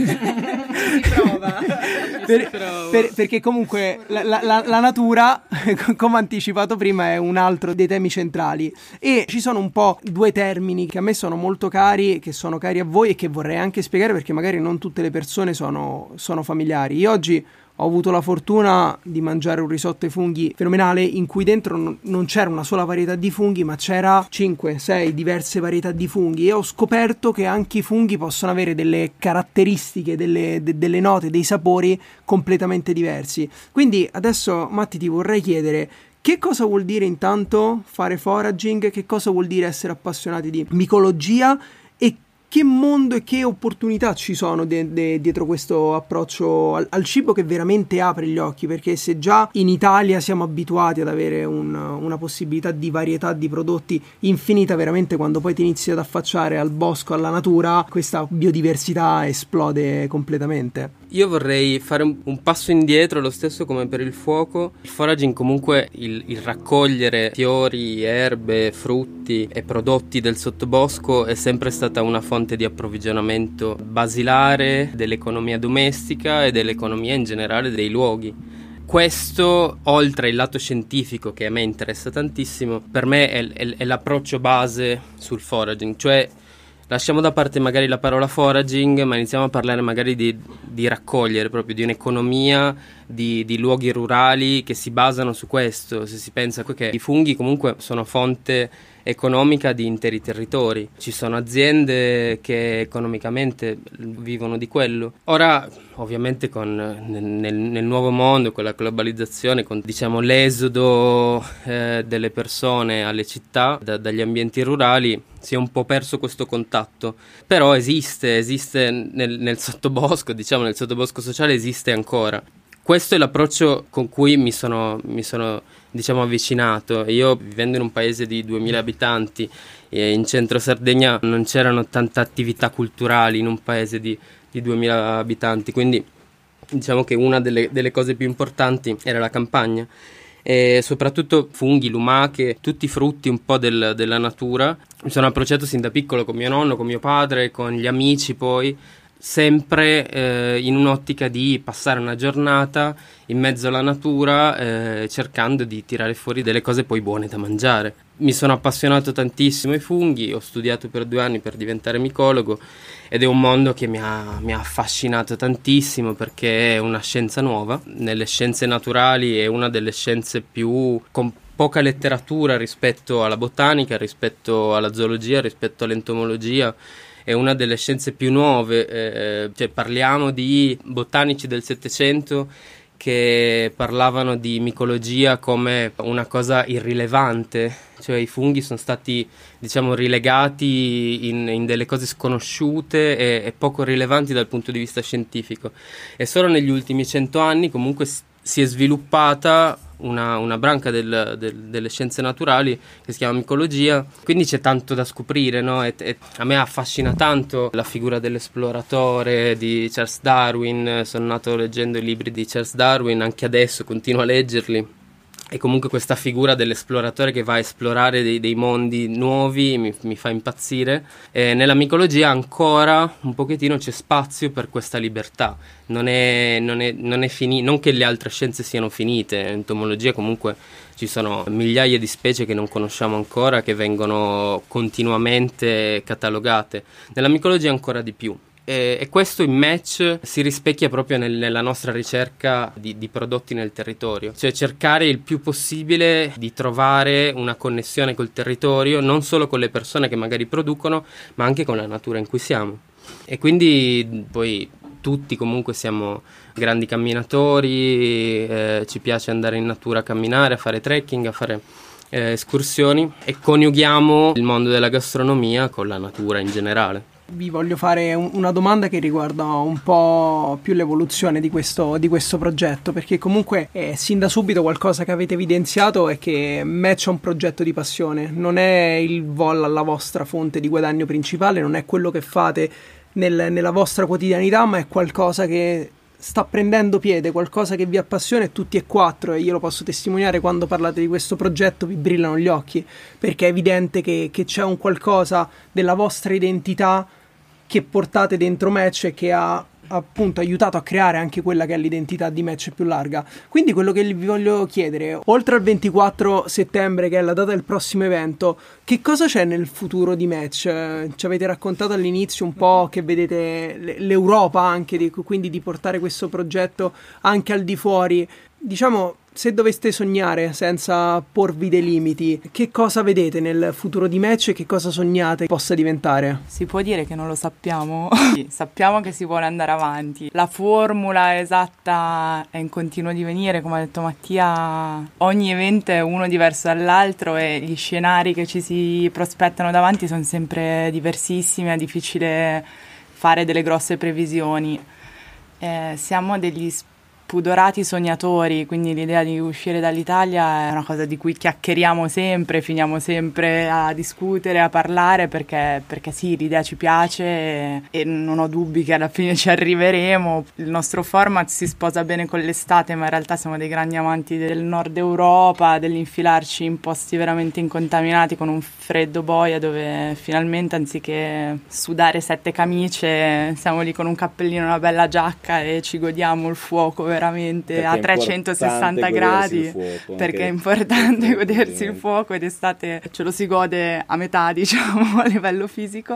Si prova. per, per, perché comunque la, la, la natura, come anticipato prima, è un altro dei temi centrali, e ci sono un po' due termini che a me sono molto cari, che sono cari a voi e che vorrei anche spiegare perché magari non tutte le persone sono, sono familiari. Io oggi ho avuto la fortuna di mangiare un risotto ai funghi fenomenale, in cui dentro non c'era una sola varietà di funghi, ma c'era cinque sei diverse varietà di funghi, e ho scoperto che anche i funghi possono avere delle caratteristiche, delle, de, delle note, dei sapori completamente diversi. Quindi adesso, Matti, ti vorrei chiedere: che cosa vuol dire intanto fare foraging? Che cosa vuol dire essere appassionati di micologia? E che mondo e che opportunità ci sono de- de- dietro questo approccio al-, al cibo, che veramente apre gli occhi? Perché se già in Italia siamo abituati ad avere un- una possibilità di varietà di prodotti infinita, veramente quando poi ti inizi ad affacciare al bosco, alla natura, questa biodiversità esplode completamente. Io vorrei fare un, un passo indietro, lo stesso come per il fuoco. Il foraging, comunque il, il raccogliere fiori, erbe, frutti e prodotti del sottobosco, è sempre stata una fonte di approvvigionamento basilare dell'economia domestica e dell'economia in generale dei luoghi. Questo, oltre il lato scientifico che a me interessa tantissimo, per me è, è, è l'approccio base sul foraging, cioè lasciamo da parte magari la parola foraging, ma iniziamo a parlare magari di, di raccogliere, proprio di un'economia di, di luoghi rurali che si basano su questo. Se si pensa che i funghi comunque sono fonte economica di interi territori, ci sono aziende che economicamente vivono di quello. Ora, ovviamente, con, nel, nel nuovo mondo, con la globalizzazione, con diciamo l'esodo eh, delle persone alle città da, dagli ambienti rurali, si è un po' perso questo contatto, però esiste, esiste nel, nel sottobosco, diciamo nel sottobosco sociale esiste ancora. Questo è l'approccio con cui mi sono, mi sono diciamo avvicinato. Io, vivendo in un paese di duemila abitanti e in centro Sardegna, non c'erano tante attività culturali in un paese di, di duemila abitanti, quindi diciamo che una delle, delle cose più importanti era la campagna. E soprattutto funghi, lumache, tutti i frutti un po' del, della natura. Mi sono approcciato sin da piccolo con mio nonno, con mio padre, con gli amici poi, sempre eh, in un'ottica di passare una giornata in mezzo alla natura, eh, cercando di tirare fuori delle cose poi buone da mangiare. Mi sono appassionato tantissimo ai funghi, ho studiato per due anni per diventare micologo ed è un mondo che mi ha, mi ha affascinato tantissimo perché è una scienza nuova. Nelle scienze naturali è una delle scienze più con poca letteratura rispetto alla botanica, rispetto alla zoologia, rispetto all'entomologia. È una delle scienze più nuove, eh, cioè parliamo di botanici del Settecento che parlavano di micologia come una cosa irrilevante, cioè i funghi sono stati, diciamo, rilegati in, in delle cose sconosciute e, e poco rilevanti dal punto di vista scientifico. E solo negli ultimi cento anni comunque si è sviluppata una, una branca del, del, delle scienze naturali che si chiama micologia, quindi c'è tanto da scoprire, no? E, e a me affascina tanto la figura dell'esploratore di Charles Darwin. Sono nato leggendo i libri di Charles Darwin, anche adesso continuo a leggerli. E comunque questa figura dell'esploratore che va a esplorare dei, dei mondi nuovi mi, mi fa impazzire. E nella micologia ancora un pochettino c'è spazio per questa libertà. Non è, non è, non è finito, non che le altre scienze siano finite. In entomologia comunque ci sono migliaia di specie che non conosciamo ancora, che vengono continuamente catalogate. Nella micologia ancora di più. E, e questo in Match si rispecchia proprio nel, nella nostra ricerca di, di prodotti nel territorio, cioè cercare il più possibile di trovare una connessione col territorio, non solo con le persone che magari producono, ma anche con la natura in cui siamo. E quindi poi tutti comunque siamo grandi camminatori, eh, ci piace andare in natura a camminare, a fare trekking, a fare eh, escursioni, e coniughiamo il mondo della gastronomia con la natura in generale. Vi voglio fare un, una domanda che riguarda un po' più l'evoluzione di questo, di questo progetto, perché comunque eh, sin da subito qualcosa che avete evidenziato è che Match è un progetto di passione, non è il vol la vostra fonte di guadagno principale, non è quello che fate nel, nella vostra quotidianità, ma è qualcosa che sta prendendo piede, qualcosa che vi appassiona, e tutti e quattro, e io lo posso testimoniare, quando parlate di questo progetto vi brillano gli occhi, perché è evidente che, che c'è un qualcosa della vostra identità che portate dentro Match e che ha appunto aiutato a creare anche quella che è l'identità di Match più larga. Quindi quello che vi voglio chiedere, oltre al ventiquattro settembre che è la data del prossimo evento, che cosa c'è nel futuro di Match? Ci avete raccontato all'inizio un po' che vedete l'Europa anche, di, quindi di portare questo progetto anche al di fuori. Diciamo, se doveste sognare senza porvi dei limiti, che cosa vedete nel futuro di Match e che cosa sognate possa diventare? Si può dire che non lo sappiamo? Sì, sappiamo che si vuole andare avanti. La formula esatta è in continuo divenire, come ha detto Mattia. Ogni evento è uno diverso dall'altro e gli scenari che ci si prospettano davanti sono sempre diversissimi, è difficile fare delle grosse previsioni. Eh, siamo degli pudorati sognatori, quindi l'idea di uscire dall'Italia è una cosa di cui chiacchieriamo sempre, finiamo sempre a discutere, a parlare, perché, perché sì, l'idea ci piace e, e non ho dubbi che alla fine ci arriveremo. Il nostro format si sposa bene con l'estate, ma in realtà siamo dei grandi amanti del nord Europa, dell'infilarci in posti veramente incontaminati con un freddo boia, dove finalmente, anziché sudare sette camicie, siamo lì con un cappellino e una bella giacca e ci godiamo il fuoco veramente perché a trecentosessanta gradi, fuoco, perché è importante godersi il fuoco, ed estate ce lo si gode a metà, diciamo, a livello fisico.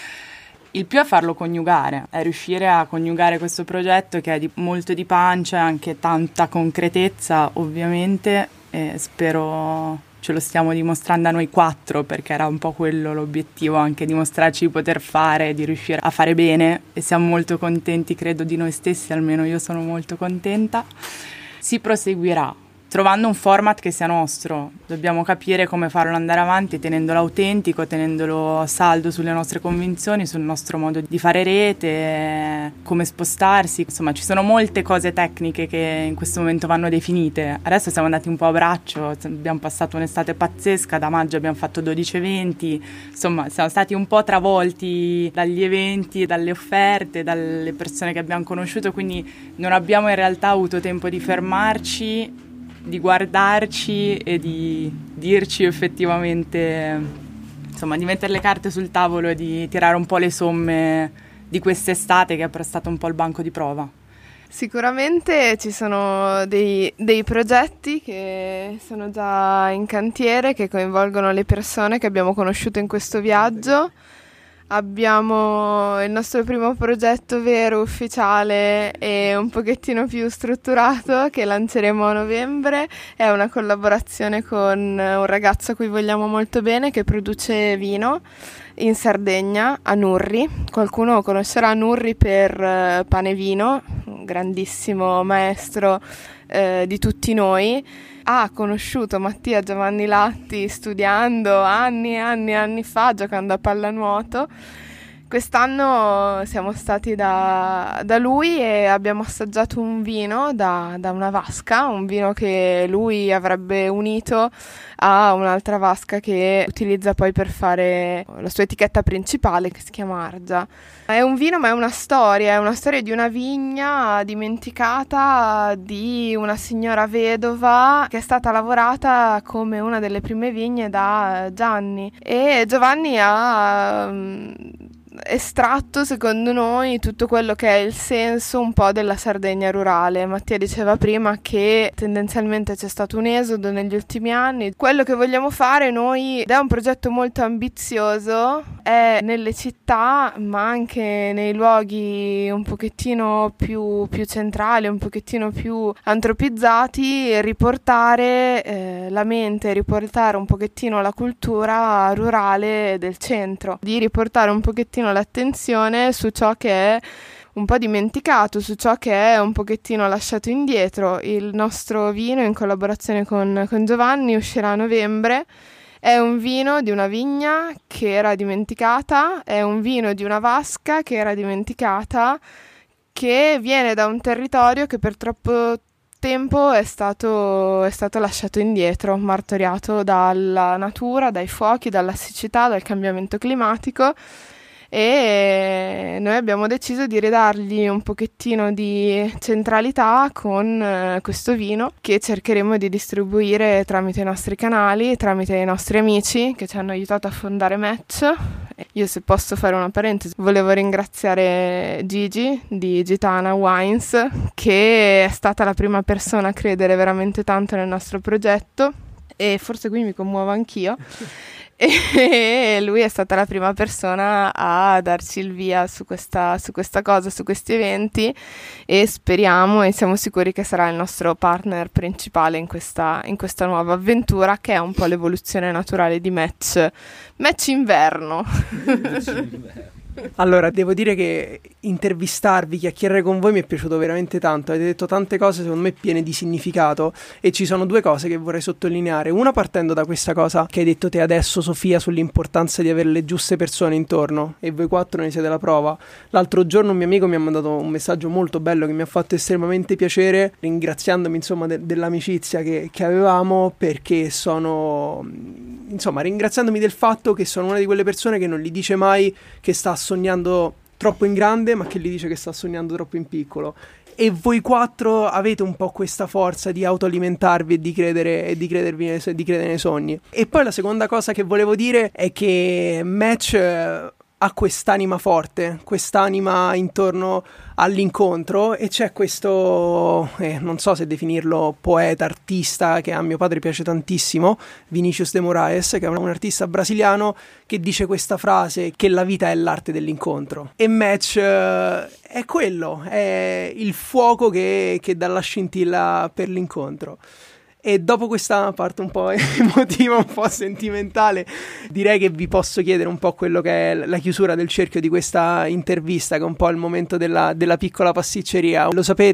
Il più è farlo coniugare, è riuscire a coniugare questo progetto che è di, molto di pancia e anche tanta concretezza, ovviamente, e spero ce lo stiamo dimostrando a noi quattro, perché era un po' quello l'obiettivo, anche dimostrarci di poter fare, di riuscire a fare bene, e siamo molto contenti, credo, di noi stessi, almeno io sono molto contenta. Si proseguirà, trovando un format che sia nostro. Dobbiamo capire come farlo andare avanti tenendolo autentico, tenendolo saldo sulle nostre convinzioni, sul nostro modo di fare rete, come spostarsi. Insomma, ci sono molte cose tecniche che in questo momento vanno definite. Adesso siamo andati un po' a braccio, abbiamo passato un'estate pazzesca, da maggio abbiamo fatto dodici eventi, insomma siamo stati un po' travolti dagli eventi, dalle offerte, dalle persone che abbiamo conosciuto, quindi non abbiamo in realtà avuto tempo di fermarci, di guardarci e di dirci effettivamente, insomma, di mettere le carte sul tavolo e di tirare un po' le somme di quest'estate che è stato un po' il banco di prova. Sicuramente ci sono dei, dei progetti che sono già in cantiere, che coinvolgono le persone che abbiamo conosciuto in questo viaggio. Abbiamo il nostro primo progetto vero, ufficiale e un pochettino più strutturato che lanceremo a novembre. È una collaborazione con un ragazzo a cui vogliamo molto bene che produce vino in Sardegna, a Nurri. Qualcuno conoscerà Nurri per Pane Vino, un grandissimo maestro eh, di tutti noi. Ha conosciuto Mattia Giovanni Latti studiando anni e anni e anni fa, giocando a pallanuoto. Quest'anno siamo stati da, da lui e abbiamo assaggiato un vino da, da una vasca, un vino che lui avrebbe unito a un'altra vasca che utilizza poi per fare la sua etichetta principale, che si chiama Argia. È un vino, ma è una storia, è una storia di una vigna dimenticata di una signora vedova che è stata lavorata come una delle prime vigne da Gianni, e Giovanni ha um, estratto, secondo noi, tutto quello che è il senso un po' della Sardegna rurale. Mattia diceva prima che tendenzialmente c'è stato un esodo negli ultimi anni. Quello che vogliamo fare noi, ed è un progetto molto ambizioso, è nelle città ma anche nei luoghi un pochettino più, più centrali, un pochettino più antropizzati, riportare eh, la mente, riportare un pochettino la cultura rurale del centro, di riportare un pochettino l'attenzione su ciò che è un po' dimenticato, su ciò che è un pochettino lasciato indietro. Il nostro vino, in collaborazione con, con Giovanni, uscirà a novembre. È un vino di una vigna che era dimenticata, è un vino di una vasca che era dimenticata, che viene da un territorio che per troppo tempo è stato, è stato lasciato indietro, martoriato dalla natura, dai fuochi, dalla siccità, dal cambiamento climatico. E noi abbiamo deciso di ridargli un pochettino di centralità con eh, questo vino, che cercheremo di distribuire tramite i nostri canali, tramite i nostri amici che ci hanno aiutato a fondare Match. Io, se posso fare una parentesi, volevo ringraziare Gigi di Gitana Wines, che è stata la prima persona a credere veramente tanto nel nostro progetto, e forse qui mi commuovo anch'io. E lui è stata la prima persona a darci il via su questa, su questa cosa, su questi eventi, e speriamo e siamo sicuri che sarà il nostro partner principale in questa, in questa nuova avventura, che è un po' l'evoluzione naturale di Match, Match inverno. Allora, devo dire che intervistarvi, chiacchierare con voi mi è piaciuto veramente tanto. Avete detto tante cose secondo me piene di significato, e ci sono due cose che vorrei sottolineare. Una, partendo da questa cosa che hai detto te adesso, Sofia, sull'importanza di avere le giuste persone intorno, e voi quattro ne siete la prova. L'altro giorno un mio amico mi ha mandato un messaggio molto bello che mi ha fatto estremamente piacere, ringraziandomi insomma de- dell'amicizia che, che avevamo, perché sono, insomma, ringraziandomi del fatto che sono una di quelle persone che non gli dice mai che sta sognando troppo in grande, ma che gli dice che sta sognando troppo in piccolo. E voi quattro avete un po' questa forza di autoalimentarvi e di credere e di credervi nei, di credere nei sogni. E poi la seconda cosa che volevo dire è che Match ha quest'anima forte, quest'anima intorno all'incontro, e c'è questo, eh, non so se definirlo poeta, artista, che a mio padre piace tantissimo, Vinicius de Moraes, che è un artista brasiliano, che dice questa frase, che la vita è l'arte dell'incontro. E Match eh, è quello, è il fuoco che, che dà la scintilla per l'incontro. E dopo questa parte un po' emotiva, un po' sentimentale, direi che vi posso chiedere un po' quello che è la chiusura del cerchio di questa intervista, che è un po' il momento della, della piccola pasticceria. Lo sapete?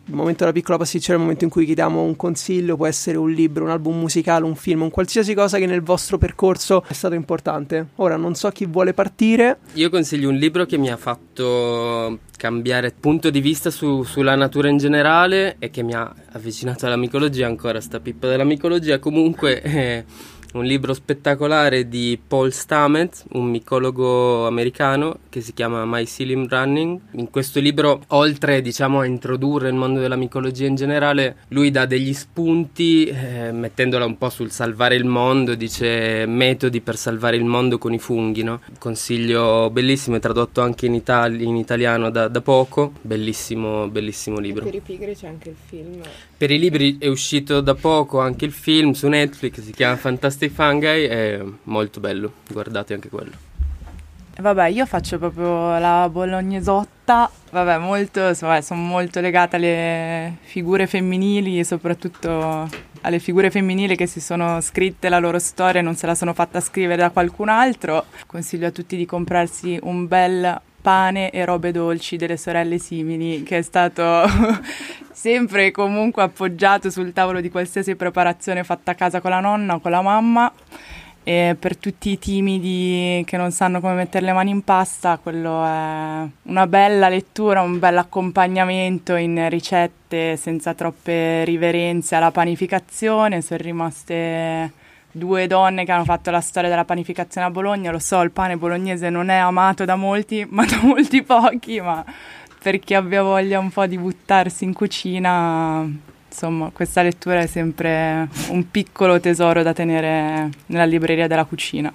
Il momento della piccola pasticcera è il momento in cui chiediamo un consiglio, può essere un libro, un album musicale, un film, un qualsiasi cosa che nel vostro percorso è stato importante. Ora non so chi vuole partire. Io consiglio un libro che mi ha fatto cambiare punto di vista su, sulla natura in generale e che mi ha avvicinato alla micologia, ancora sta pippa della micologia. Comunque è un libro spettacolare di Paul Stamets, un micologo americano, che si chiama Mycelium Running. In questo libro, oltre diciamo a introdurre il mondo della micologia in generale, lui dà degli spunti, eh, mettendola un po' sul salvare il mondo, dice metodi per salvare il mondo con i funghi, no? Consiglio, bellissimo, è tradotto anche in, Itali- in italiano da, da poco, bellissimo, bellissimo libro. Per i pigri c'è anche il film. Per i libri è uscito da poco anche il film su Netflix, si chiama Fantastic Fungi, è molto bello, guardate anche quello. Vabbè, io faccio proprio la bolognesotta, vabbè, molto, vabbè, sono molto legata alle figure femminili, soprattutto alle figure femminili che si sono scritte la loro storia e non se la sono fatta scrivere da qualcun altro. Consiglio a tutti di comprarsi un bel pane e robe dolci delle sorelle Simili, che è stato sempre e comunque appoggiato sul tavolo di qualsiasi preparazione fatta a casa con la nonna o con la mamma. E per tutti i timidi che non sanno come mettere le mani in pasta, quello è una bella lettura, un bel accompagnamento in ricette senza troppe riverenze alla panificazione. Sono rimaste due donne che hanno fatto la storia della panificazione a Bologna. Lo so, il pane bolognese non è amato da molti, ma da molti pochi, ma per chi abbia voglia un po' di buttarsi in cucina, insomma, questa lettura è sempre un piccolo tesoro da tenere nella libreria della cucina.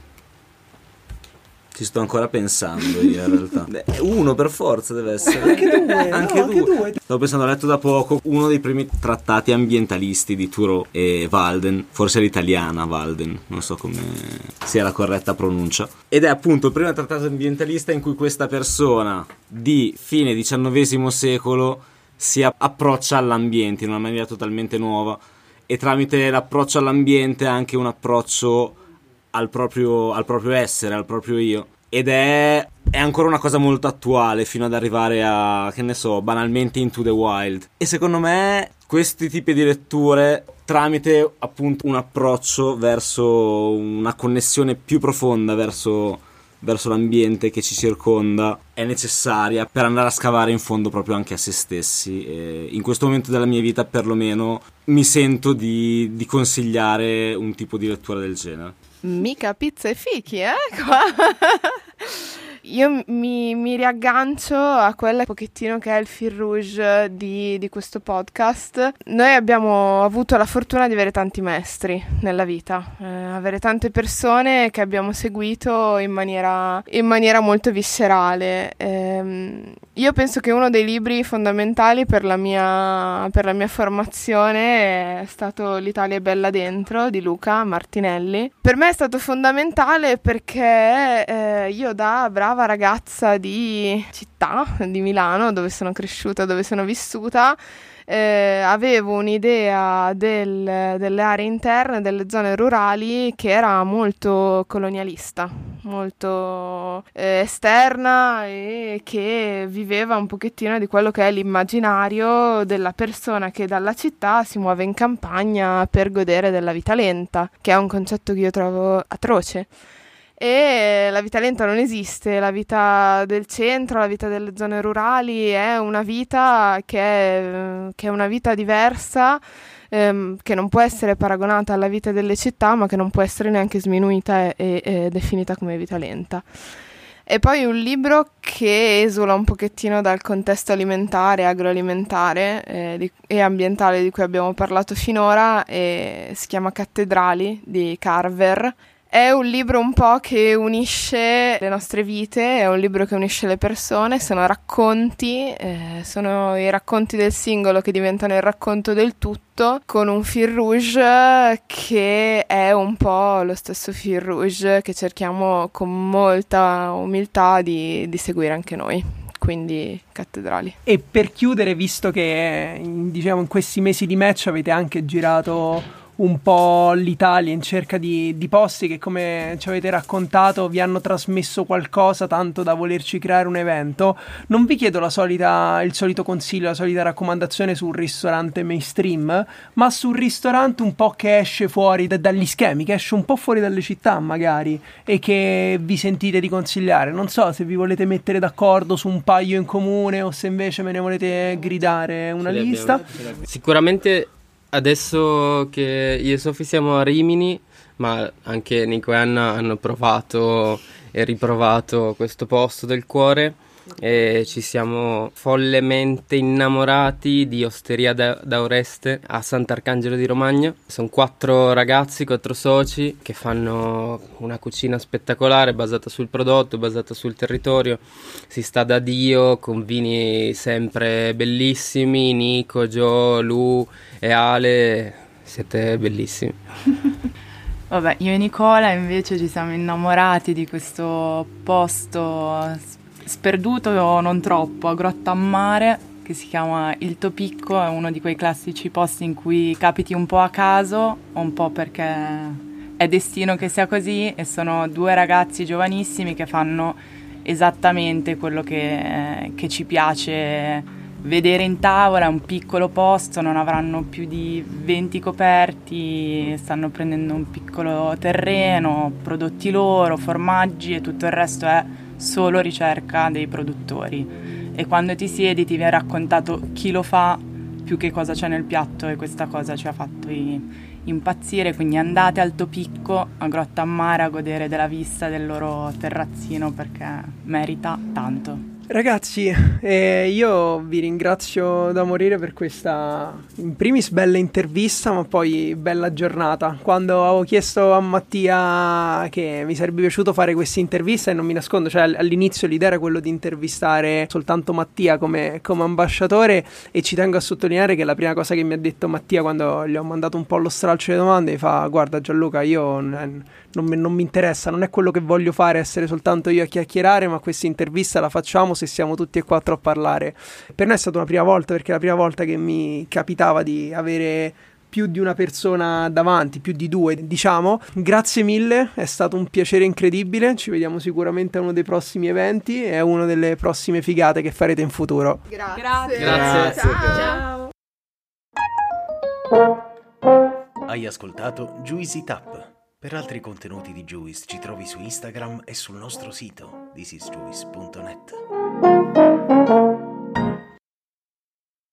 Ci sto ancora pensando io in realtà. Beh, uno per forza deve essere. Anche due, anche, no, anche due. due. Stavo pensando, ho letto da poco uno dei primi trattati ambientalisti di Thoreau e Walden, forse l'italiana Walden, non so come sia la corretta pronuncia. Ed è appunto il primo trattato ambientalista in cui questa persona di fine diciannovesimo secolo si approccia all'ambiente in una maniera totalmente nuova e tramite l'approccio all'ambiente anche un approccio al proprio, al proprio essere, al proprio io, ed è, è ancora una cosa molto attuale fino ad arrivare a, che ne so, banalmente Into the Wild. E secondo me questi tipi di letture, tramite appunto un approccio verso una connessione più profonda verso verso l'ambiente che ci circonda, è necessaria per andare a scavare in fondo proprio anche a se stessi. E in questo momento della mia vita perlomeno mi sento di, di consigliare un tipo di lettura del genere. Mica pizza e fichi, eh? Qua. Io mi, mi riaggancio a quella un pochettino che è il fil rouge di, di questo podcast. Noi abbiamo avuto la fortuna di avere tanti maestri nella vita, eh, avere tante persone che abbiamo seguito in maniera, in maniera molto viscerale. Eh, io penso che uno dei libri fondamentali per la mia, per la mia formazione è stato L'Italia è bella dentro di Luca Martinelli. Per me è stato fondamentale perché eh, io da brava ragazza di città, di Milano, dove sono cresciuta, dove sono vissuta, eh, avevo un'idea del, delle aree interne, delle zone rurali, che era molto colonialista, molto eh, esterna, e che viveva un pochettino di quello che è l'immaginario della persona che dalla città si muove in campagna per godere della vita lenta, che è un concetto che io trovo atroce. E la vita lenta non esiste, la vita del centro, la vita delle zone rurali è una vita che è, che è una vita diversa, ehm, che non può essere paragonata alla vita delle città, ma che non può essere neanche sminuita e, e definita come vita lenta. E poi un libro che esula un pochettino dal contesto alimentare, agroalimentare eh, di, e ambientale di cui abbiamo parlato finora, e si chiama Cattedrali di Carver. È un libro un po' che unisce le nostre vite, è un libro che unisce le persone, sono racconti, eh, sono i racconti del singolo che diventano il racconto del tutto, con un fil rouge che è un po' lo stesso fil rouge che cerchiamo con molta umiltà di, di seguire anche noi. Quindi Cattedrali. E per chiudere, visto che in, diciamo in questi mesi di match avete anche girato un po' l'Italia in cerca di, di posti che, come ci avete raccontato, vi hanno trasmesso qualcosa tanto da volerci creare un evento. Non vi chiedo la solita, il solito consiglio, la solita raccomandazione su un ristorante mainstream, ma su un ristorante un po' che esce fuori da, dagli schemi, che esce un po' fuori dalle città magari, e che vi sentite di consigliare. Non so se vi volete mettere d'accordo su un paio in comune o se invece me ne volete gridare una lista. Sicuramente adesso che io e Sofì siamo a Rimini, ma anche Nico e Anna hanno provato e riprovato questo posto del cuore e ci siamo follemente innamorati di Osteria da, da Oreste a Sant'Arcangelo di Romagna. Sono quattro ragazzi, quattro soci che fanno una cucina spettacolare basata sul prodotto, basata sul territorio. Si sta da Dio con vini sempre bellissimi. Nico, Gio, Lu e Ale, siete bellissimi. Vabbè, io e Nicola invece ci siamo innamorati di questo posto sperduto o non troppo a Grottammare, che si chiama Il Topicco. È uno di quei classici posti in cui capiti un po' a caso, un po' perché è destino che sia così, e sono due ragazzi giovanissimi che fanno esattamente quello che, che ci piace vedere in tavola. È un piccolo posto, non avranno più di venti coperti, stanno prendendo un piccolo terreno, prodotti loro, formaggi, e tutto il resto è solo ricerca dei produttori. E quando ti siedi ti viene raccontato chi lo fa più che cosa c'è nel piatto, e questa cosa ci ha fatto impazzire. Quindi andate al Topicco a Grottammare a godere della vista del loro terrazzino, perché merita tanto. Ragazzi, eh, io vi ringrazio da morire per questa, in primis, bella intervista, ma poi bella giornata. Quando avevo chiesto a Mattia che mi sarebbe piaciuto fare questa intervista, e non mi nascondo, cioè all'inizio l'idea era quello di intervistare soltanto Mattia come, come ambasciatore, e ci tengo a sottolineare che la prima cosa che mi ha detto Mattia quando gli ho mandato un po' lo stralcio di domande, mi fa: guarda Gianluca, io non, non, mi, non mi interessa, non è quello che voglio fare, essere soltanto io a chiacchierare, ma questa intervista la facciamo se siamo tutti e quattro a parlare. Per noi è stata una prima volta, perché è la prima volta che mi capitava di avere più di una persona davanti, più di due, diciamo. Grazie mille, è stato un piacere incredibile. Ci vediamo sicuramente a uno dei prossimi eventi e a una delle prossime figate che farete in futuro. Grazie. Grazie. Grazie. Ciao. Ciao. Hai ascoltato Juicy Tap. Per altri contenuti di Juice ci trovi su Instagram e sul nostro sito this is juice punto net.